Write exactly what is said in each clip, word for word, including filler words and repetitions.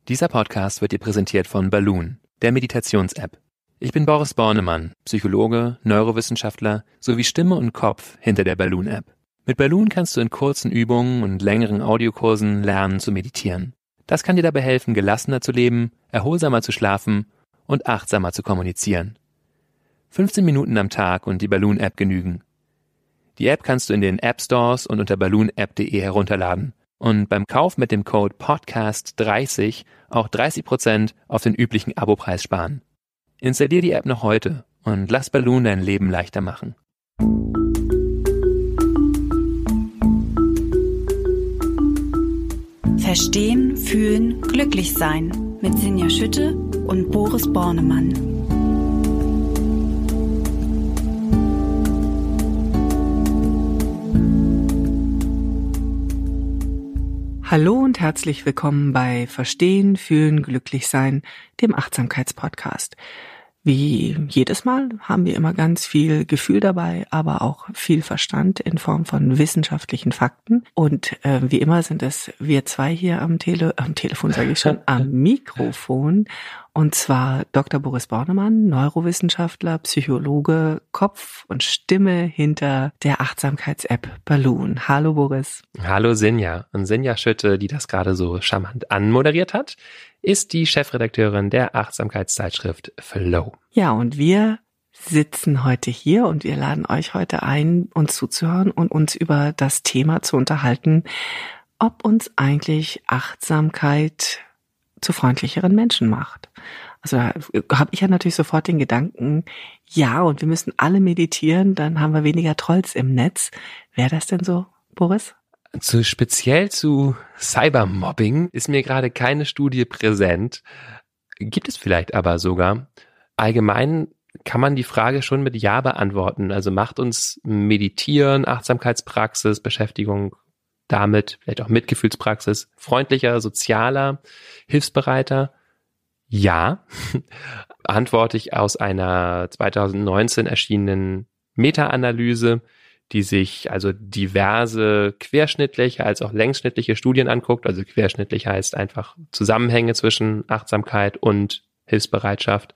Dieser Podcast wird dir präsentiert von Balloon, der Meditations-App. Ich bin Boris Bornemann, Psychologe, Neurowissenschaftler sowie Stimme und Kopf hinter der Balloon-App. Mit Balloon kannst du in kurzen Übungen und längeren Audiokursen lernen zu meditieren. Das kann dir dabei helfen, gelassener zu leben, erholsamer zu schlafen und achtsamer zu kommunizieren. fünfzehn Minuten am Tag und die Balloon-App genügen. Die App kannst du in den App-Stores und unter balloon app punkt de herunterladen. Und beim Kauf mit dem Code Podcast dreißig auch dreißig Prozent auf den üblichen Abopreis sparen. Installier die App noch heute und lass Balloon dein Leben leichter machen. Verstehen, fühlen, glücklich sein mit Sinja Schütte und Boris Bornemann. Hallo und herzlich willkommen bei Verstehen, Fühlen, Glücklich sein, dem Achtsamkeitspodcast. Wie jedes Mal haben wir immer ganz viel Gefühl dabei, aber auch viel Verstand in Form von wissenschaftlichen Fakten. Und äh, wie immer sind es wir zwei hier am Tele, am Telefon sage ich schon, am Mikrofon. Und zwar Doktor Boris Bornemann, Neurowissenschaftler, Psychologe, Kopf und Stimme hinter der Achtsamkeits-App Balloon. Hallo Boris. Hallo Sinja. Und Sinja Schütte, die das gerade so charmant anmoderiert hat, ist die Chefredakteurin der Achtsamkeitszeitschrift Flow. Ja, und wir sitzen heute hier und wir laden euch heute ein, uns zuzuhören und uns über das Thema zu unterhalten, ob uns eigentlich Achtsamkeit zu freundlicheren Menschen macht. Also da habe ich ja natürlich sofort den Gedanken, ja, und wir müssen alle meditieren, dann haben wir weniger Trolls im Netz. Wäre das denn so, Boris? Zu speziell zu Cybermobbing ist mir gerade keine Studie präsent. Gibt es vielleicht aber sogar. Allgemein kann man die Frage schon mit Ja beantworten. Also macht uns Meditieren, Achtsamkeitspraxis, Beschäftigung damit, vielleicht auch Mitgefühlspraxis, freundlicher, sozialer, hilfsbereiter? Ja, antworte ich aus einer zwanzig neunzehn erschienenen Meta-Analyse, die sich also diverse querschnittliche als auch längsschnittliche Studien anguckt. Also querschnittlich heißt einfach Zusammenhänge zwischen Achtsamkeit und Hilfsbereitschaft.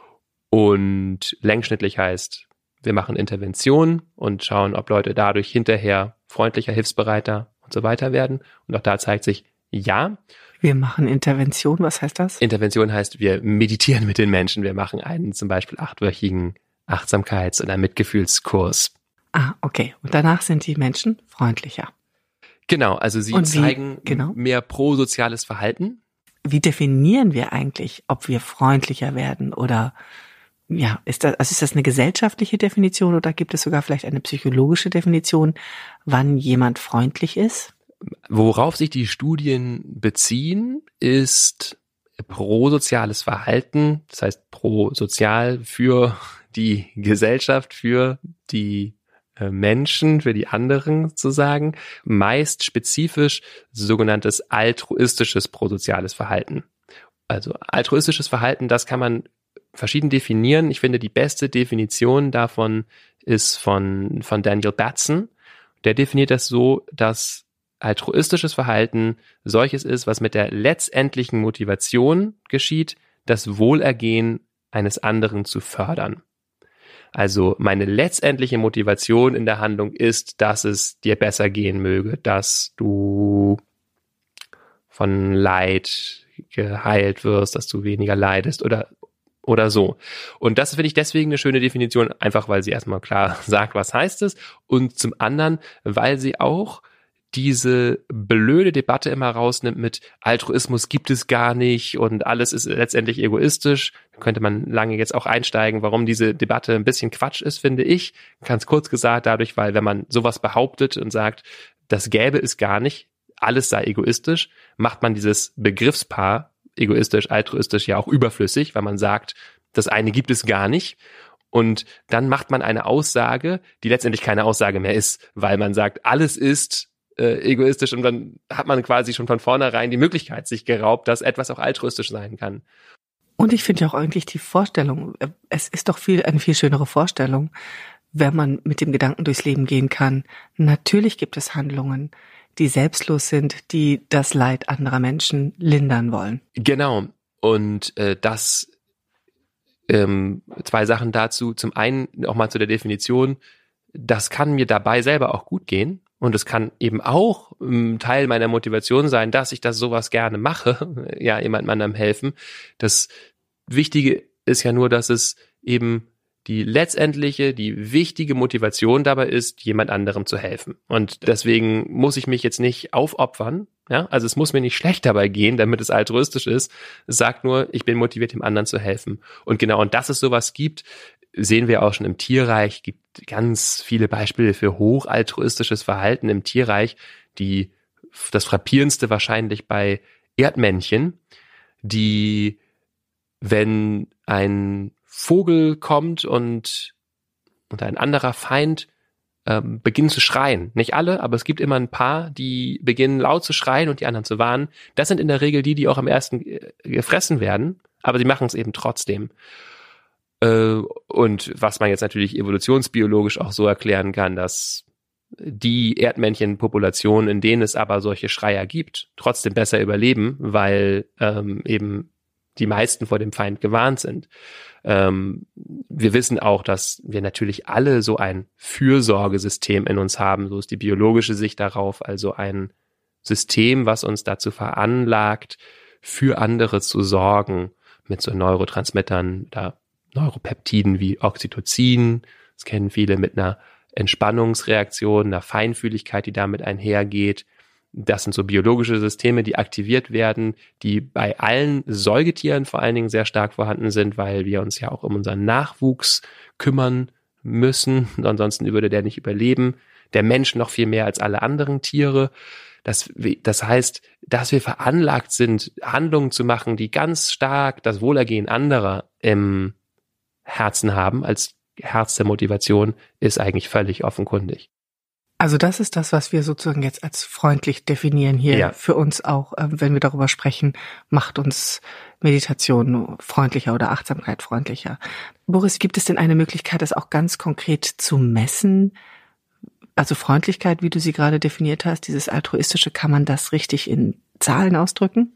Und längsschnittlich heißt, wir machen Interventionen und schauen, ob Leute dadurch hinterher freundlicher, hilfsbereiter und so weiter werden. Und auch da zeigt sich, ja. Wir machen Intervention, was heißt das? Intervention heißt, wir meditieren mit den Menschen. Wir machen einen zum Beispiel achtwöchigen Achtsamkeits- oder Mitgefühlskurs. Ah, okay. Und danach sind die Menschen freundlicher. Genau, also sie Und wie, zeigen genau. mehr prosoziales Verhalten. Wie definieren wir eigentlich, ob wir freundlicher werden oder ja, ist das, also ist das eine gesellschaftliche Definition oder gibt es sogar vielleicht eine psychologische Definition, wann jemand freundlich ist? Worauf sich die Studien beziehen, ist prosoziales Verhalten, das heißt prosozial für die Gesellschaft, für die Menschen, für die anderen zu sagen, meist spezifisch sogenanntes altruistisches prosoziales Verhalten. Also altruistisches Verhalten, das kann man verschieden definieren. Ich finde, die beste Definition davon ist von, von Daniel Batson. Der definiert das so, dass altruistisches Verhalten solches ist, was mit der letztendlichen Motivation geschieht, das Wohlergehen eines anderen zu fördern. Also meine letztendliche Motivation in der Handlung ist, dass es dir besser gehen möge, dass du von Leid geheilt wirst, dass du weniger leidest oder oder so. Und das finde ich deswegen eine schöne Definition, einfach weil sie erstmal klar sagt, was heißt es, und zum anderen, weil sie auch diese blöde Debatte immer rausnimmt mit Altruismus gibt es gar nicht und alles ist letztendlich egoistisch. Da könnte man lange jetzt auch einsteigen, warum diese Debatte ein bisschen Quatsch ist, finde ich. Ganz kurz gesagt dadurch, weil wenn man sowas behauptet und sagt, das gäbe es gar nicht, alles sei egoistisch, macht man dieses Begriffspaar egoistisch, altruistisch ja auch überflüssig, weil man sagt, das eine gibt es gar nicht. Und dann macht man eine Aussage, die letztendlich keine Aussage mehr ist, weil man sagt, alles ist äh, egoistisch und dann hat man quasi schon von vornherein die Möglichkeit sich geraubt, dass etwas auch altruistisch sein kann. Und ich finde ja auch eigentlich die Vorstellung, es ist doch viel eine viel schönere Vorstellung, wenn man mit dem Gedanken durchs Leben gehen kann. Natürlich gibt es Handlungen, die selbstlos sind, die das Leid anderer Menschen lindern wollen. Genau. Und äh, das ähm, zwei Sachen dazu. Zum einen auch mal zu der Definition, das kann mir dabei selber auch gut gehen. Und es kann eben auch ähm, Teil meiner Motivation sein, dass ich das sowas gerne mache, ja, jemandem anderem helfen. Das Wichtige ist ja nur, dass es eben die letztendliche, die wichtige Motivation dabei ist, jemand anderem zu helfen. Und deswegen muss ich mich jetzt nicht aufopfern. Ja, also es muss mir nicht schlecht dabei gehen, damit es altruistisch ist. Es sagt nur, ich bin motiviert, dem anderen zu helfen. Und genau, und dass es sowas gibt, sehen wir auch schon im Tierreich. Gibt ganz viele Beispiele für hochaltruistisches Verhalten im Tierreich. Die, das frappierendste wahrscheinlich bei Erdmännchen, die, wenn ein Vogel kommt und, und ein anderer Feind ähm, beginnen zu schreien. Nicht alle, aber es gibt immer ein paar, die beginnen laut zu schreien und die anderen zu warnen. Das sind in der Regel die, die auch am ersten gefressen werden, aber sie machen es eben trotzdem. Äh, und was man jetzt natürlich evolutionsbiologisch auch so erklären kann, dass die Erdmännchenpopulationen, in denen es aber solche Schreier gibt, trotzdem besser überleben, weil ähm, eben die meisten vor dem Feind gewarnt sind. Ähm, wir wissen auch, dass wir natürlich alle so ein Fürsorgesystem in uns haben. So ist die biologische Sicht darauf. Also ein System, was uns dazu veranlagt, für andere zu sorgen, mit so Neurotransmittern oder Neuropeptiden wie Oxytocin. Das kennen viele, mit einer Entspannungsreaktion, einer Feinfühligkeit, die damit einhergeht. Das sind so biologische Systeme, die aktiviert werden, die bei allen Säugetieren vor allen Dingen sehr stark vorhanden sind, weil wir uns ja auch um unseren Nachwuchs kümmern müssen. Ansonsten würde der nicht überleben. Der Mensch noch viel mehr als alle anderen Tiere. Das, das heißt, dass wir veranlagt sind, Handlungen zu machen, die ganz stark das Wohlergehen anderer im Herzen haben, als Herz der Motivation, ist eigentlich völlig offenkundig. Also das ist das, was wir sozusagen jetzt als freundlich definieren hier ja. für uns auch, wenn wir darüber sprechen, macht uns Meditation freundlicher oder Achtsamkeit freundlicher. Boris, gibt es denn eine Möglichkeit, das auch ganz konkret zu messen? Also Freundlichkeit, wie du sie gerade definiert hast, dieses altruistische, kann man das richtig in Zahlen ausdrücken?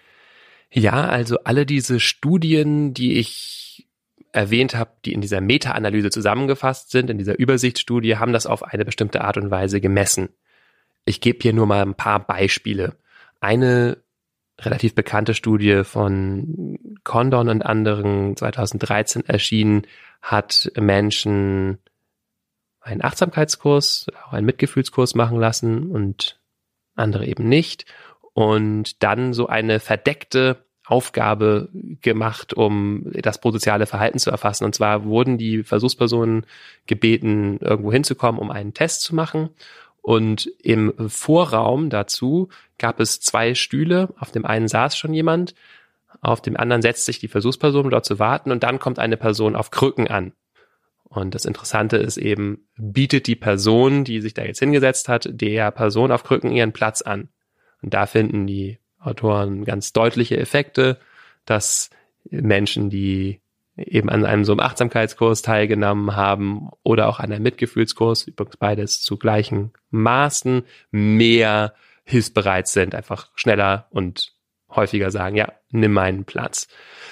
Ja, also alle diese Studien, die ich erwähnt habe, die in dieser Meta-Analyse zusammengefasst sind, in dieser Übersichtsstudie, haben das auf eine bestimmte Art und Weise gemessen. Ich gebe hier nur mal ein paar Beispiele. Eine relativ bekannte Studie von Condon und anderen zweitausenddreizehn erschienen, hat Menschen einen Achtsamkeitskurs, auch einen Mitgefühlskurs machen lassen und andere eben nicht. Und dann so eine verdeckte Aufgabe gemacht, um das prosoziale Verhalten zu erfassen. Und zwar wurden die Versuchspersonen gebeten, irgendwo hinzukommen, um einen Test zu machen. Und im Vorraum dazu gab es zwei Stühle. Auf dem einen saß schon jemand, auf dem anderen setzt sich die Versuchsperson, um dort zu warten. Und dann kommt eine Person auf Krücken an. Und das Interessante ist eben, bietet die Person, die sich da jetzt hingesetzt hat, der Person auf Krücken ihren Platz an. Und da finden die Autoren ganz deutliche Effekte, dass Menschen, die eben an einem so einem Achtsamkeitskurs teilgenommen haben oder auch an einem Mitgefühlskurs, übrigens beides zu gleichen Maßen, mehr hilfsbereit sind, einfach schneller und häufiger sagen, ja, nimm meinen Platz.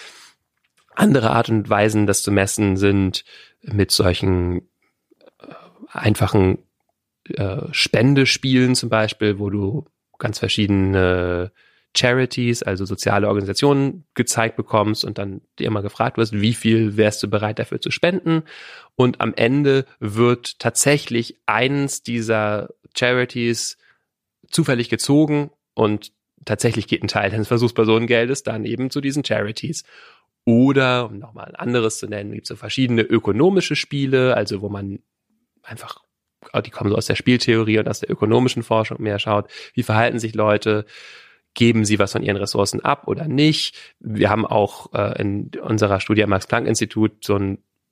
Andere Art und Weisen, das zu messen, sind mit solchen äh, einfachen äh, Spendespielen zum Beispiel, wo du ganz verschiedene Charities, also soziale Organisationen, gezeigt bekommst und dann dir immer gefragt wirst, wie viel wärst du bereit dafür zu spenden? Und am Ende wird tatsächlich eins dieser Charities zufällig gezogen und tatsächlich geht ein Teil deines Versuchspersonengeldes dann eben zu diesen Charities. Oder, um nochmal ein anderes zu nennen, gibt es so verschiedene ökonomische Spiele, also wo man einfach, die kommen so aus der Spieltheorie und aus der ökonomischen Forschung mehr schaut, wie verhalten sich Leute, geben sie was von ihren Ressourcen ab oder nicht. Wir haben auch äh, in unserer Studie am Max-Planck-Institut so ein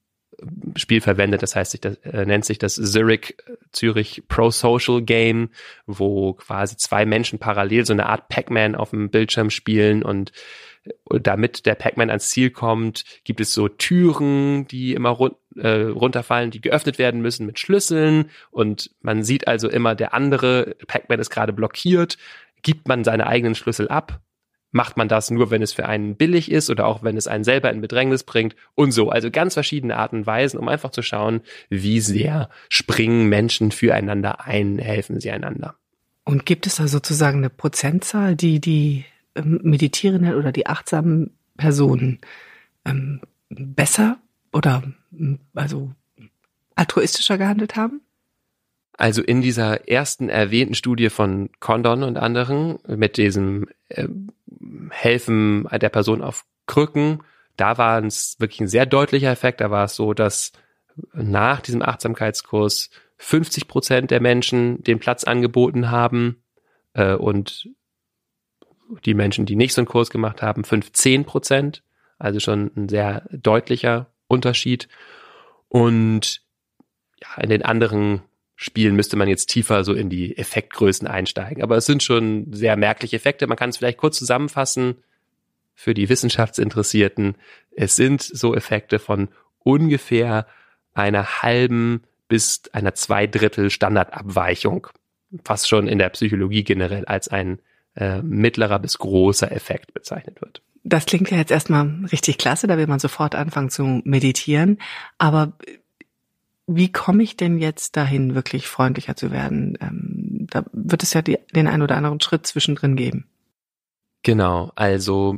Spiel verwendet. Das heißt, sich das äh, nennt sich das Zurich Zürich Pro-Social Game, wo quasi zwei Menschen parallel so eine Art Pac-Man auf dem Bildschirm spielen und damit der Pac-Man ans Ziel kommt, gibt es so Türen, die immer run- äh, runterfallen, die geöffnet werden müssen mit Schlüsseln und man sieht also immer, der andere Pac-Man ist gerade blockiert, gibt man seine eigenen Schlüssel ab, macht man das nur, wenn es für einen billig ist oder auch wenn es einen selber in Bedrängnis bringt und so. Also ganz verschiedene Arten und Weisen, um einfach zu schauen, wie sehr springen Menschen füreinander ein, helfen sie einander. Und gibt es da sozusagen eine Prozentzahl, die die Meditierenden oder die achtsamen Personen ähm, besser oder also altruistischer gehandelt haben? Also in dieser ersten erwähnten Studie von Condon und anderen mit diesem äh, Helfen der Person auf Krücken, da war es wirklich ein sehr deutlicher Effekt. Da war es so, dass nach diesem Achtsamkeitskurs fünfzig Prozent der Menschen den Platz angeboten haben äh, und die Menschen, die nicht so einen Kurs gemacht haben, fünfzehn Prozent. Also schon ein sehr deutlicher Unterschied. Und ja, in den anderen Spielen müsste man jetzt tiefer so in die Effektgrößen einsteigen. Aber es sind schon sehr merkliche Effekte. Man kann es vielleicht kurz zusammenfassen für die Wissenschaftsinteressierten. Es sind so Effekte von ungefähr einer halben bis einer Zweidrittel Standardabweichung, was schon in der Psychologie generell als ein äh, mittlerer bis großer Effekt bezeichnet wird. Das klingt ja jetzt erstmal richtig klasse, da will man sofort anfangen zu meditieren. Aber wie komme ich denn jetzt dahin, wirklich freundlicher zu werden? Ähm, da wird es ja die, den einen oder anderen Schritt zwischendrin geben. Genau, also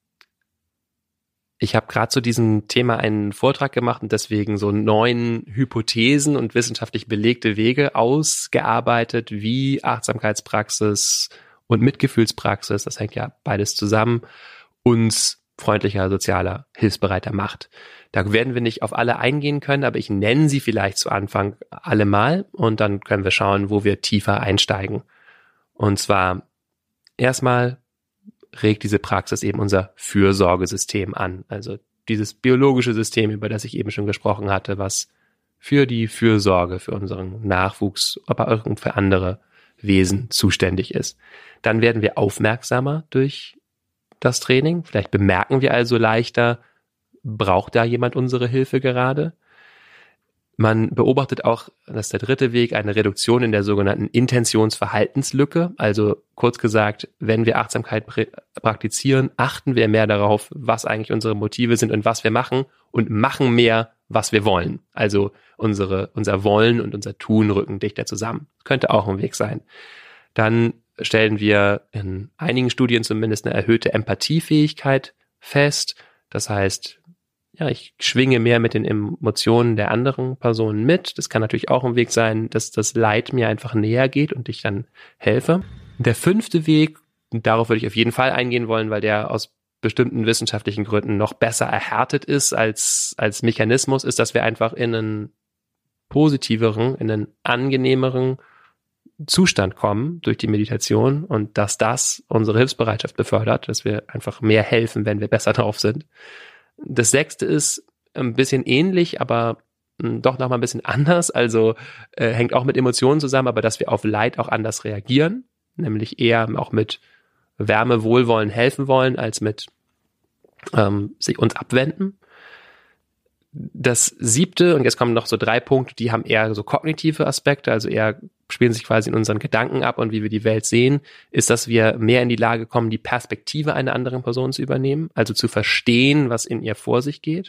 ich habe gerade zu diesem Thema einen Vortrag gemacht und deswegen so neun Hypothesen und wissenschaftlich belegte Wege ausgearbeitet, wie Achtsamkeitspraxis und Mitgefühlspraxis, das hängt ja beides zusammen, uns freundlicher, sozialer, hilfsbereiter macht. Da werden wir nicht auf alle eingehen können, aber ich nenne sie vielleicht zu Anfang alle mal und dann können wir schauen, wo wir tiefer einsteigen. Und zwar erstmal regt diese Praxis eben unser Fürsorgesystem an. Also dieses biologische System, über das ich eben schon gesprochen hatte, was für die Fürsorge, für unseren Nachwuchs, aber auch für andere Wesen zuständig ist. Dann werden wir aufmerksamer durch das Training. Vielleicht bemerken wir also leichter, braucht da jemand unsere Hilfe gerade? Man beobachtet auch, das ist der dritte Weg, eine Reduktion in der sogenannten Intentionsverhaltenslücke. Also kurz gesagt, wenn wir Achtsamkeit pr- praktizieren, achten wir mehr darauf, was eigentlich unsere Motive sind und was wir machen und machen mehr, was wir wollen. Also unsere, unser Wollen und unser Tun rücken dichter zusammen. Könnte auch ein Weg sein. Dann stellen wir in einigen Studien zumindest eine erhöhte Empathiefähigkeit fest. Das heißt, ja, ich schwinge mehr mit den Emotionen der anderen Personen mit. Das kann natürlich auch ein Weg sein, dass das Leid mir einfach näher geht und ich dann helfe. Der fünfte Weg, und darauf würde ich auf jeden Fall eingehen wollen, weil der aus bestimmten wissenschaftlichen Gründen noch besser erhärtet ist als, als Mechanismus, ist, dass wir einfach in einen positiveren, in einen angenehmeren Zustand kommen durch die Meditation und dass das unsere Hilfsbereitschaft befördert, dass wir einfach mehr helfen, wenn wir besser drauf sind. Das sechste ist ein bisschen ähnlich, aber mh, doch noch mal ein bisschen anders, also äh, hängt auch mit Emotionen zusammen, aber dass wir auf Leid auch anders reagieren, nämlich eher auch mit Wärme, Wohlwollen helfen wollen, als mit ähm, sich uns abwenden. Das siebte, und jetzt kommen noch so drei Punkte, die haben eher so kognitive Aspekte, also eher spielen sich quasi in unseren Gedanken ab und wie wir die Welt sehen, ist, dass wir mehr in die Lage kommen, die Perspektive einer anderen Person zu übernehmen, also zu verstehen, was in ihr vor sich geht.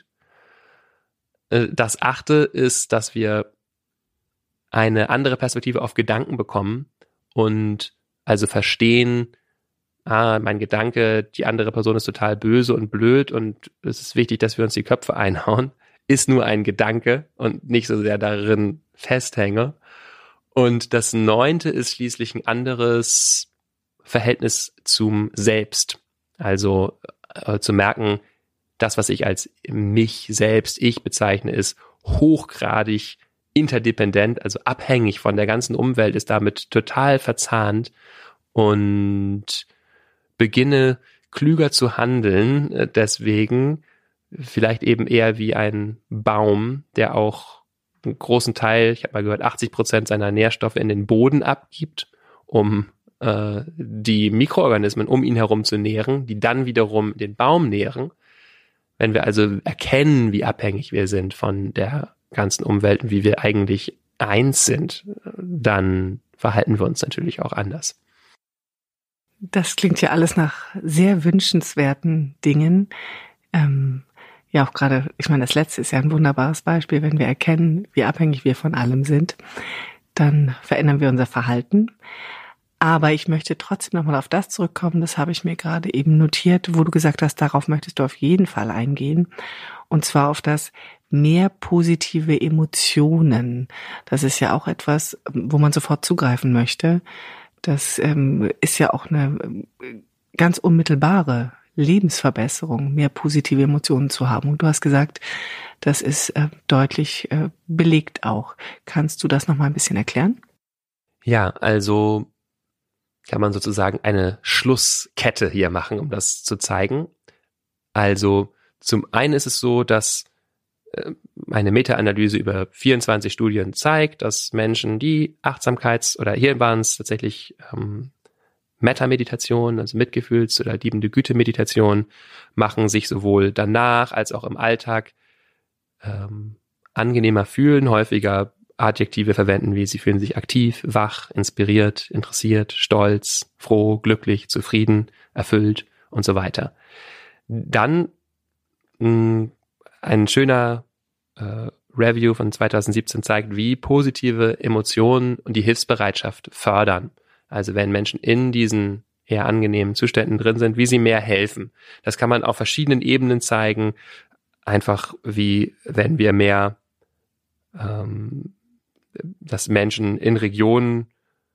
Das achte ist, dass wir eine andere Perspektive auf Gedanken bekommen und also verstehen, ah, mein Gedanke, die andere Person ist total böse und blöd und es ist wichtig, dass wir uns die Köpfe einhauen, ist nur ein Gedanke und nicht so sehr darin festhänge. Und das neunte ist schließlich ein anderes Verhältnis zum Selbst. Also äh, zu merken, das, was ich als mich selbst, ich bezeichne, ist hochgradig interdependent, also abhängig von der ganzen Umwelt, ist damit total verzahnt und beginne klüger zu handeln, deswegen, vielleicht eben eher wie ein Baum, der auch einen großen Teil, ich habe mal gehört, achtzig Prozent seiner Nährstoffe in den Boden abgibt, um äh, die Mikroorganismen um ihn herum zu nähren, die dann wiederum den Baum nähren. Wenn wir also erkennen, wie abhängig wir sind von der ganzen Umwelt und wie wir eigentlich eins sind, dann verhalten wir uns natürlich auch anders. Das klingt ja alles nach sehr wünschenswerten Dingen. Ähm, ja, auch gerade, ich meine, das letzte ist ja ein wunderbares Beispiel. Wenn wir erkennen, wie abhängig wir von allem sind, dann verändern wir unser Verhalten. Aber ich möchte trotzdem nochmal auf das zurückkommen, das habe ich mir gerade eben notiert, wo du gesagt hast, darauf möchtest du auf jeden Fall eingehen. Und zwar auf das mehr positive Emotionen. Das ist ja auch etwas, wo man sofort zugreifen möchte. Das ähm, ist ja auch eine ganz unmittelbare Lebensverbesserung, mehr positive Emotionen zu haben. Und du hast gesagt, das ist äh, deutlich äh, belegt auch. Kannst du das nochmal ein bisschen erklären? Ja, also kann man sozusagen eine Schlusskette hier machen, um das zu zeigen. Also zum einen ist es so, dass äh, eine Meta-Analyse über vierundzwanzig Studien zeigt, dass Menschen, die Achtsamkeits- oder hier waren es tatsächlich ähm, Metta-Meditation, also Mitgefühls- oder liebende Güte-Meditation, machen, sich sowohl danach als auch im Alltag ähm, angenehmer fühlen, häufiger Adjektive verwenden, wie sie fühlen sich aktiv, wach, inspiriert, interessiert, stolz, froh, glücklich, zufrieden, erfüllt und so weiter. Dann mh, ein schöner äh, Review von zwanzig siebzehn zeigt, wie positive Emotionen und die Hilfsbereitschaft fördern. Also wenn Menschen in diesen eher angenehmen Zuständen drin sind, wie sie mehr helfen. Das kann man auf verschiedenen Ebenen zeigen, einfach wie wenn wir mehr ähm, dass Menschen in Regionen,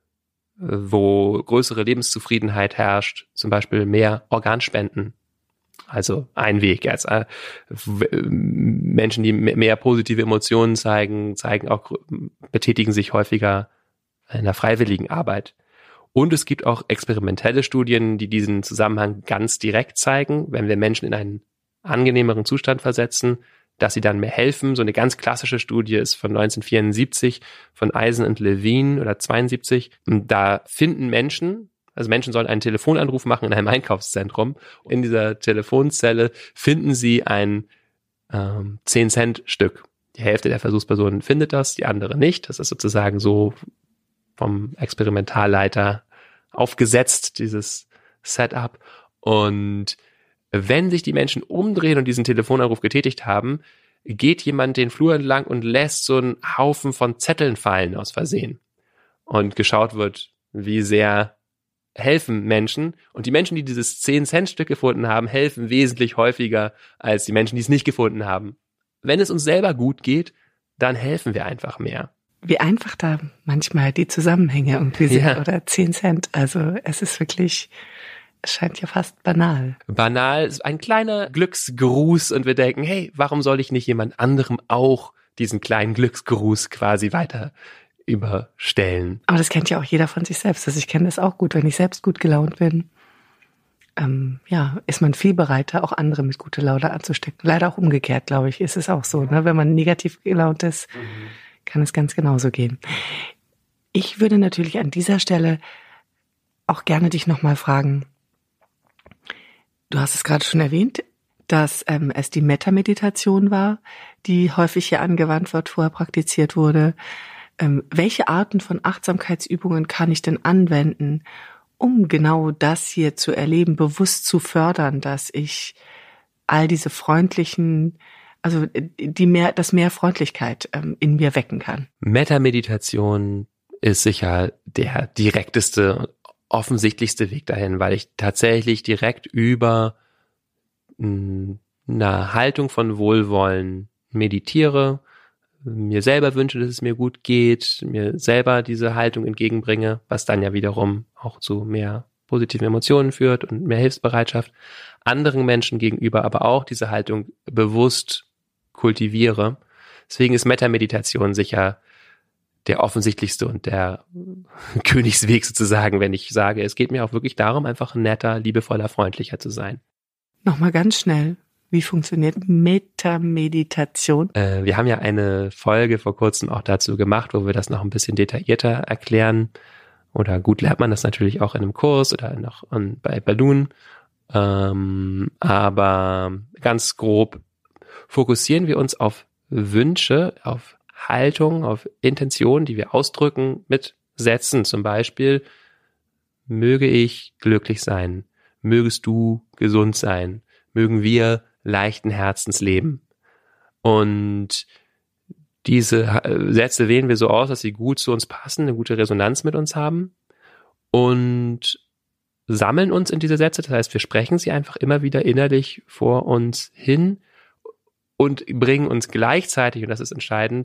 wo größere Lebenszufriedenheit herrscht, zum Beispiel mehr Organspenden. Also ein Weg. Jetzt, äh, Menschen, die mehr positive Emotionen zeigen, zeigen auch, betätigen sich häufiger in der freiwilligen Arbeit. Und es gibt auch experimentelle Studien, die diesen Zusammenhang ganz direkt zeigen, wenn wir Menschen in einen angenehmeren Zustand versetzen, dass sie dann mehr helfen. So eine ganz klassische Studie ist von neunzehnhundertvierundsiebzig von Eisen und Levine oder zweiundsiebzig. Und da finden Menschen, also Menschen sollen einen Telefonanruf machen in einem Einkaufszentrum. In dieser Telefonzelle finden sie ein ähm, zehn-Cent-Stück. Die Hälfte der Versuchspersonen findet das, die andere nicht. Das ist sozusagen so vom Experimentalleiter aufgesetzt, dieses Setup. Und wenn sich die Menschen umdrehen und diesen Telefonanruf getätigt haben, geht jemand den Flur entlang und lässt so einen Haufen von Zetteln fallen aus Versehen. Und geschaut wird, wie sehr helfen Menschen. Und die Menschen, die dieses zehn-Cent-Stück gefunden haben, helfen wesentlich häufiger als die Menschen, die es nicht gefunden haben. Wenn es uns selber gut geht, dann helfen wir einfach mehr. Wie einfach da manchmal die Zusammenhänge irgendwie sind, Ja. Oder zehn Cent. Also es ist wirklich, es scheint ja fast banal. Banal ist ein kleiner Glücksgruß und wir denken, hey, warum soll ich nicht jemand anderem auch diesen kleinen Glücksgruß quasi weiter überstellen? Aber das kennt ja auch jeder von sich selbst. Also ich kenne das auch gut, wenn ich selbst gut gelaunt bin. Ähm, ja, ist man viel bereiter, auch andere mit guter Laune anzustecken. Leider auch umgekehrt, glaube ich, ist es auch so. Ne? Wenn man negativ gelaunt ist, mhm. kann es ganz genauso gehen. Ich würde natürlich an dieser Stelle auch gerne dich nochmal fragen, du hast es gerade schon erwähnt, dass ähm, es die Metta-Meditation war, die häufig hier angewandt wird, vorher praktiziert wurde. Ähm, welche Arten von Achtsamkeitsübungen kann ich denn anwenden, um genau das hier zu erleben, bewusst zu fördern, dass ich all diese freundlichen, also die mehr, das mehr Freundlichkeit ähm, in mir wecken kann? Metta-Meditation ist sicher der direkteste, offensichtlichste Weg dahin, weil ich tatsächlich direkt über mh, eine Haltung von Wohlwollen meditiere, mir selber wünsche, dass es mir gut geht, mir selber diese Haltung entgegenbringe, was dann ja wiederum auch zu mehr positiven Emotionen führt und mehr Hilfsbereitschaft, anderen Menschen gegenüber aber auch diese Haltung bewusst kultiviere. Deswegen ist Metta-Meditation sicher der offensichtlichste und der Königsweg sozusagen, wenn ich sage, es geht mir auch wirklich darum, einfach netter, liebevoller, freundlicher zu sein. Nochmal ganz schnell, Wie funktioniert Metameditation? Äh, wir haben ja eine Folge vor kurzem auch dazu gemacht, wo wir das noch ein bisschen detaillierter erklären. Oder gut lernt man das natürlich auch in einem Kurs oder noch an, bei Balloon. Ähm, aber ganz grob fokussieren wir uns auf Wünsche, auf Haltung, auf Intentionen, die wir ausdrücken mit Sätzen. Zum Beispiel, möge ich glücklich sein, mögest du gesund sein, mögen wir leichten Herzens leben. Und diese Sätze wählen wir so aus, dass sie gut zu uns passen, eine gute Resonanz mit uns haben und sammeln uns in diese Sätze. Das heißt, wir sprechen sie einfach immer wieder innerlich vor uns hin und bringen uns gleichzeitig, und das ist entscheidend,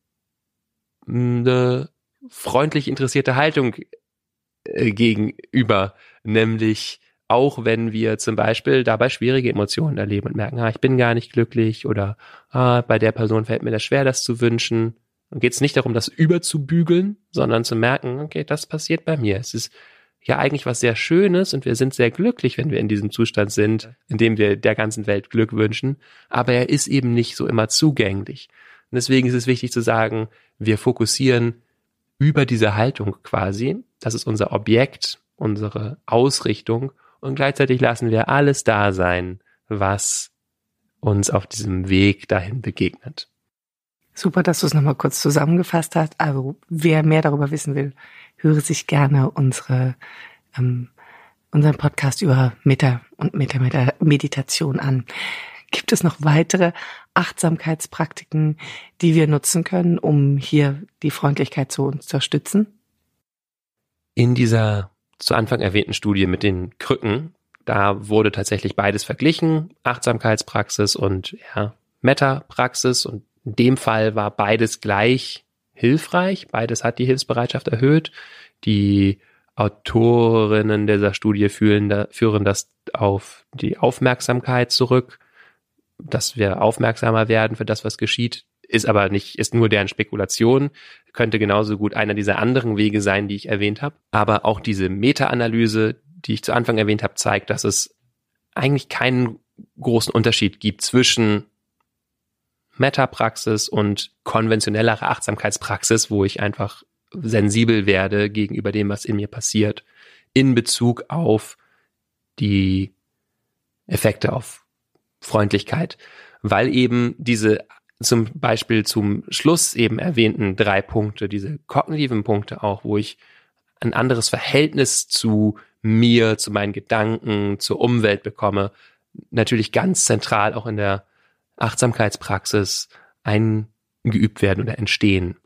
eine freundlich interessierte Haltung gegenüber, nämlich auch wenn wir zum Beispiel dabei schwierige Emotionen erleben und merken, ah, ich bin gar nicht glücklich oder ah, bei der Person fällt mir das schwer, das zu wünschen. Und geht es nicht darum, das überzubügeln, sondern zu merken, okay, das passiert bei mir. Es ist ja eigentlich was sehr Schönes und wir sind sehr glücklich, wenn wir in diesem Zustand sind, in dem wir der ganzen Welt Glück wünschen, aber er ist eben nicht so immer zugänglich. Und deswegen ist es wichtig zu sagen, wir fokussieren über diese Haltung quasi, das ist unser Objekt, unsere Ausrichtung und gleichzeitig lassen wir alles da sein, was uns auf diesem Weg dahin begegnet. Super, dass du es nochmal kurz zusammengefasst hast. Also wer mehr darüber wissen will, höre sich gerne unsere ähm, unseren Podcast über Meta und Meta-Meditation an. Gibt es noch weitere Achtsamkeitspraktiken, die wir nutzen können, um hier die Freundlichkeit zu unterstützen? In dieser zu Anfang erwähnten Studie mit den Krücken, da wurde tatsächlich beides verglichen, Achtsamkeitspraxis und ja, Meta-Praxis, und in dem Fall war beides gleich hilfreich, beides hat die Hilfsbereitschaft erhöht. Die Autorinnen dieser Studie führen, führen das auf die Aufmerksamkeit zurück, dass wir aufmerksamer werden für das, was geschieht, ist aber nicht, ist nur deren Spekulation, könnte genauso gut einer dieser anderen Wege sein, die ich erwähnt habe. Aber auch diese Meta-Analyse, die ich zu Anfang erwähnt habe, zeigt, dass es eigentlich keinen großen Unterschied gibt zwischen Meta-Praxis und konventionellerer Achtsamkeitspraxis, wo ich einfach sensibel werde gegenüber dem, was in mir passiert, in Bezug auf die Effekte auf Freundlichkeit, weil eben diese zum Beispiel zum Schluss eben erwähnten drei Punkte, diese kognitiven Punkte auch, wo ich ein anderes Verhältnis zu mir, zu meinen Gedanken, zur Umwelt bekomme, natürlich ganz zentral auch in der Achtsamkeitspraxis eingeübt werden oder entstehen.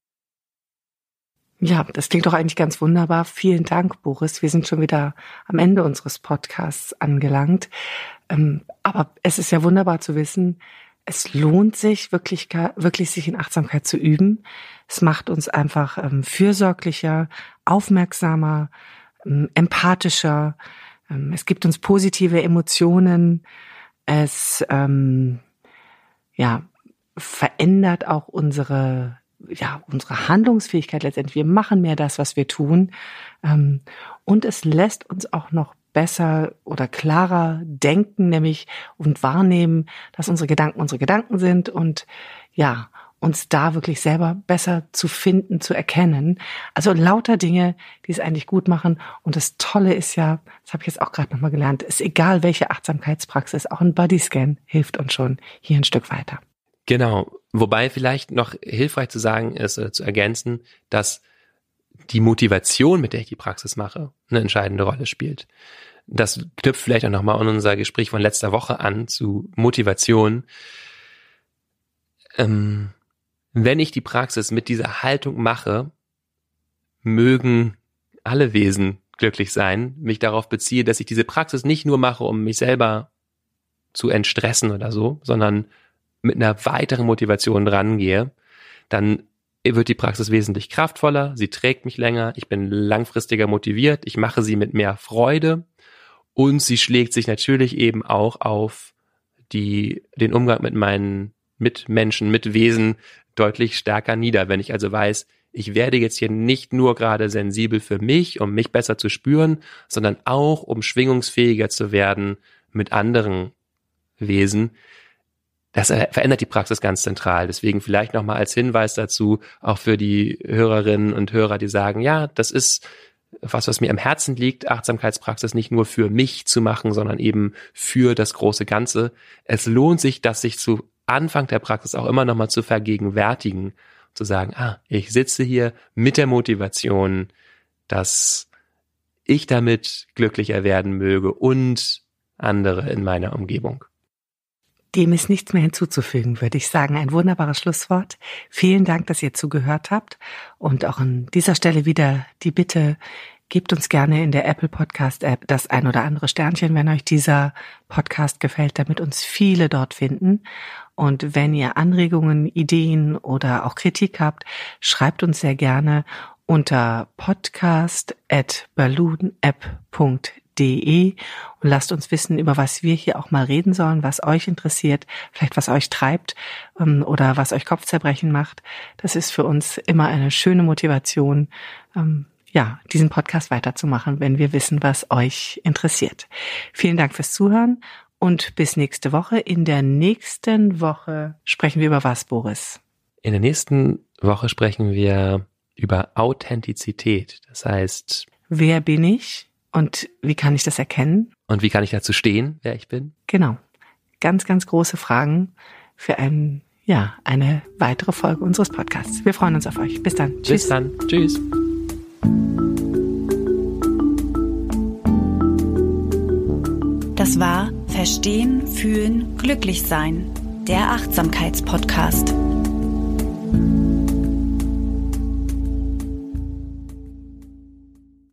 Ja, das klingt doch eigentlich ganz wunderbar. Vielen Dank, Boris. Wir sind schon wieder am Ende unseres Podcasts angelangt. Aber es ist ja wunderbar zu wissen, es lohnt sich wirklich, wirklich sich in Achtsamkeit zu üben. Es macht uns einfach ähm, fürsorglicher, aufmerksamer, ähm, empathischer. Ähm, es gibt uns positive Emotionen. Es ähm, ja verändert auch unsere ja unsere Handlungsfähigkeit letztendlich. Wir machen mehr das, was wir tun. Ähm, und es lässt uns auch noch besser oder klarer denken, nämlich und wahrnehmen, dass unsere Gedanken unsere Gedanken sind und ja, uns da wirklich selber besser zu finden, zu erkennen. Also lauter Dinge, die es eigentlich gut machen. Und das Tolle ist ja, das habe ich jetzt auch gerade nochmal gelernt, ist egal welche Achtsamkeitspraxis, auch ein Bodyscan hilft uns schon hier ein Stück weiter. Genau, wobei vielleicht noch hilfreich zu sagen ist, äh, zu ergänzen, dass die Motivation, mit der ich die Praxis mache, eine entscheidende Rolle spielt. Das knüpft vielleicht auch nochmal an unser Gespräch von letzter Woche an zu Motivation. Ähm, wenn ich die Praxis mit dieser Haltung mache, mögen alle Wesen glücklich sein, mich darauf beziehe, dass ich diese Praxis nicht nur mache, um mich selber zu entstressen oder so, sondern mit einer weiteren Motivation rangehe, dann wird die Praxis wesentlich kraftvoller, sie trägt mich länger, ich bin langfristiger motiviert, ich mache sie mit mehr Freude und sie schlägt sich natürlich eben auch auf die, den Umgang mit meinen Mitmenschen, Mitwesen deutlich stärker nieder. Wenn ich also weiß, ich werde jetzt hier nicht nur gerade sensibel für mich, um mich besser zu spüren, sondern auch, um schwingungsfähiger zu werden mit anderen Wesen. Das verändert die Praxis ganz zentral. Deswegen vielleicht nochmal als Hinweis dazu, auch für die Hörerinnen und Hörer, die sagen, ja, das ist was, was mir am Herzen liegt, Achtsamkeitspraxis nicht nur für mich zu machen, sondern eben für das große Ganze. Es lohnt sich, das sich zu Anfang der Praxis auch immer nochmal zu vergegenwärtigen, zu sagen, ah, ich sitze hier mit der Motivation, dass ich damit glücklicher werden möge und andere in meiner Umgebung. Dem ist nichts mehr hinzuzufügen, würde ich sagen. Ein wunderbares Schlusswort. Vielen Dank, dass ihr zugehört habt. Und auch an dieser Stelle wieder die Bitte, gebt uns gerne in der Apple Podcast App das ein oder andere Sternchen, wenn euch dieser Podcast gefällt, damit uns viele dort finden. Und wenn ihr Anregungen, Ideen oder auch Kritik habt, schreibt uns sehr gerne unter podcast at balloon-app punkt de und lasst uns wissen, über was wir hier auch mal reden sollen, was euch interessiert, vielleicht was euch treibt ähm, oder was euch Kopfzerbrechen macht. Das ist für uns immer eine schöne Motivation, ähm, ja, diesen Podcast weiterzumachen, wenn wir wissen, was euch interessiert. Vielen Dank fürs Zuhören und bis nächste Woche. In der nächsten Woche sprechen wir über was, Boris? In der nächsten Woche sprechen wir über Authentizität. Das heißt, wer bin ich? Und wie kann ich das erkennen? Und wie kann ich dazu stehen, wer ich bin? Genau. Ganz, ganz große Fragen für ein, ja, eine weitere Folge unseres Podcasts. Wir freuen uns auf euch. Bis dann. Tschüss. Bis dann. Tschüss. Das war Verstehen, Fühlen, Glücklich sein, der Achtsamkeitspodcast.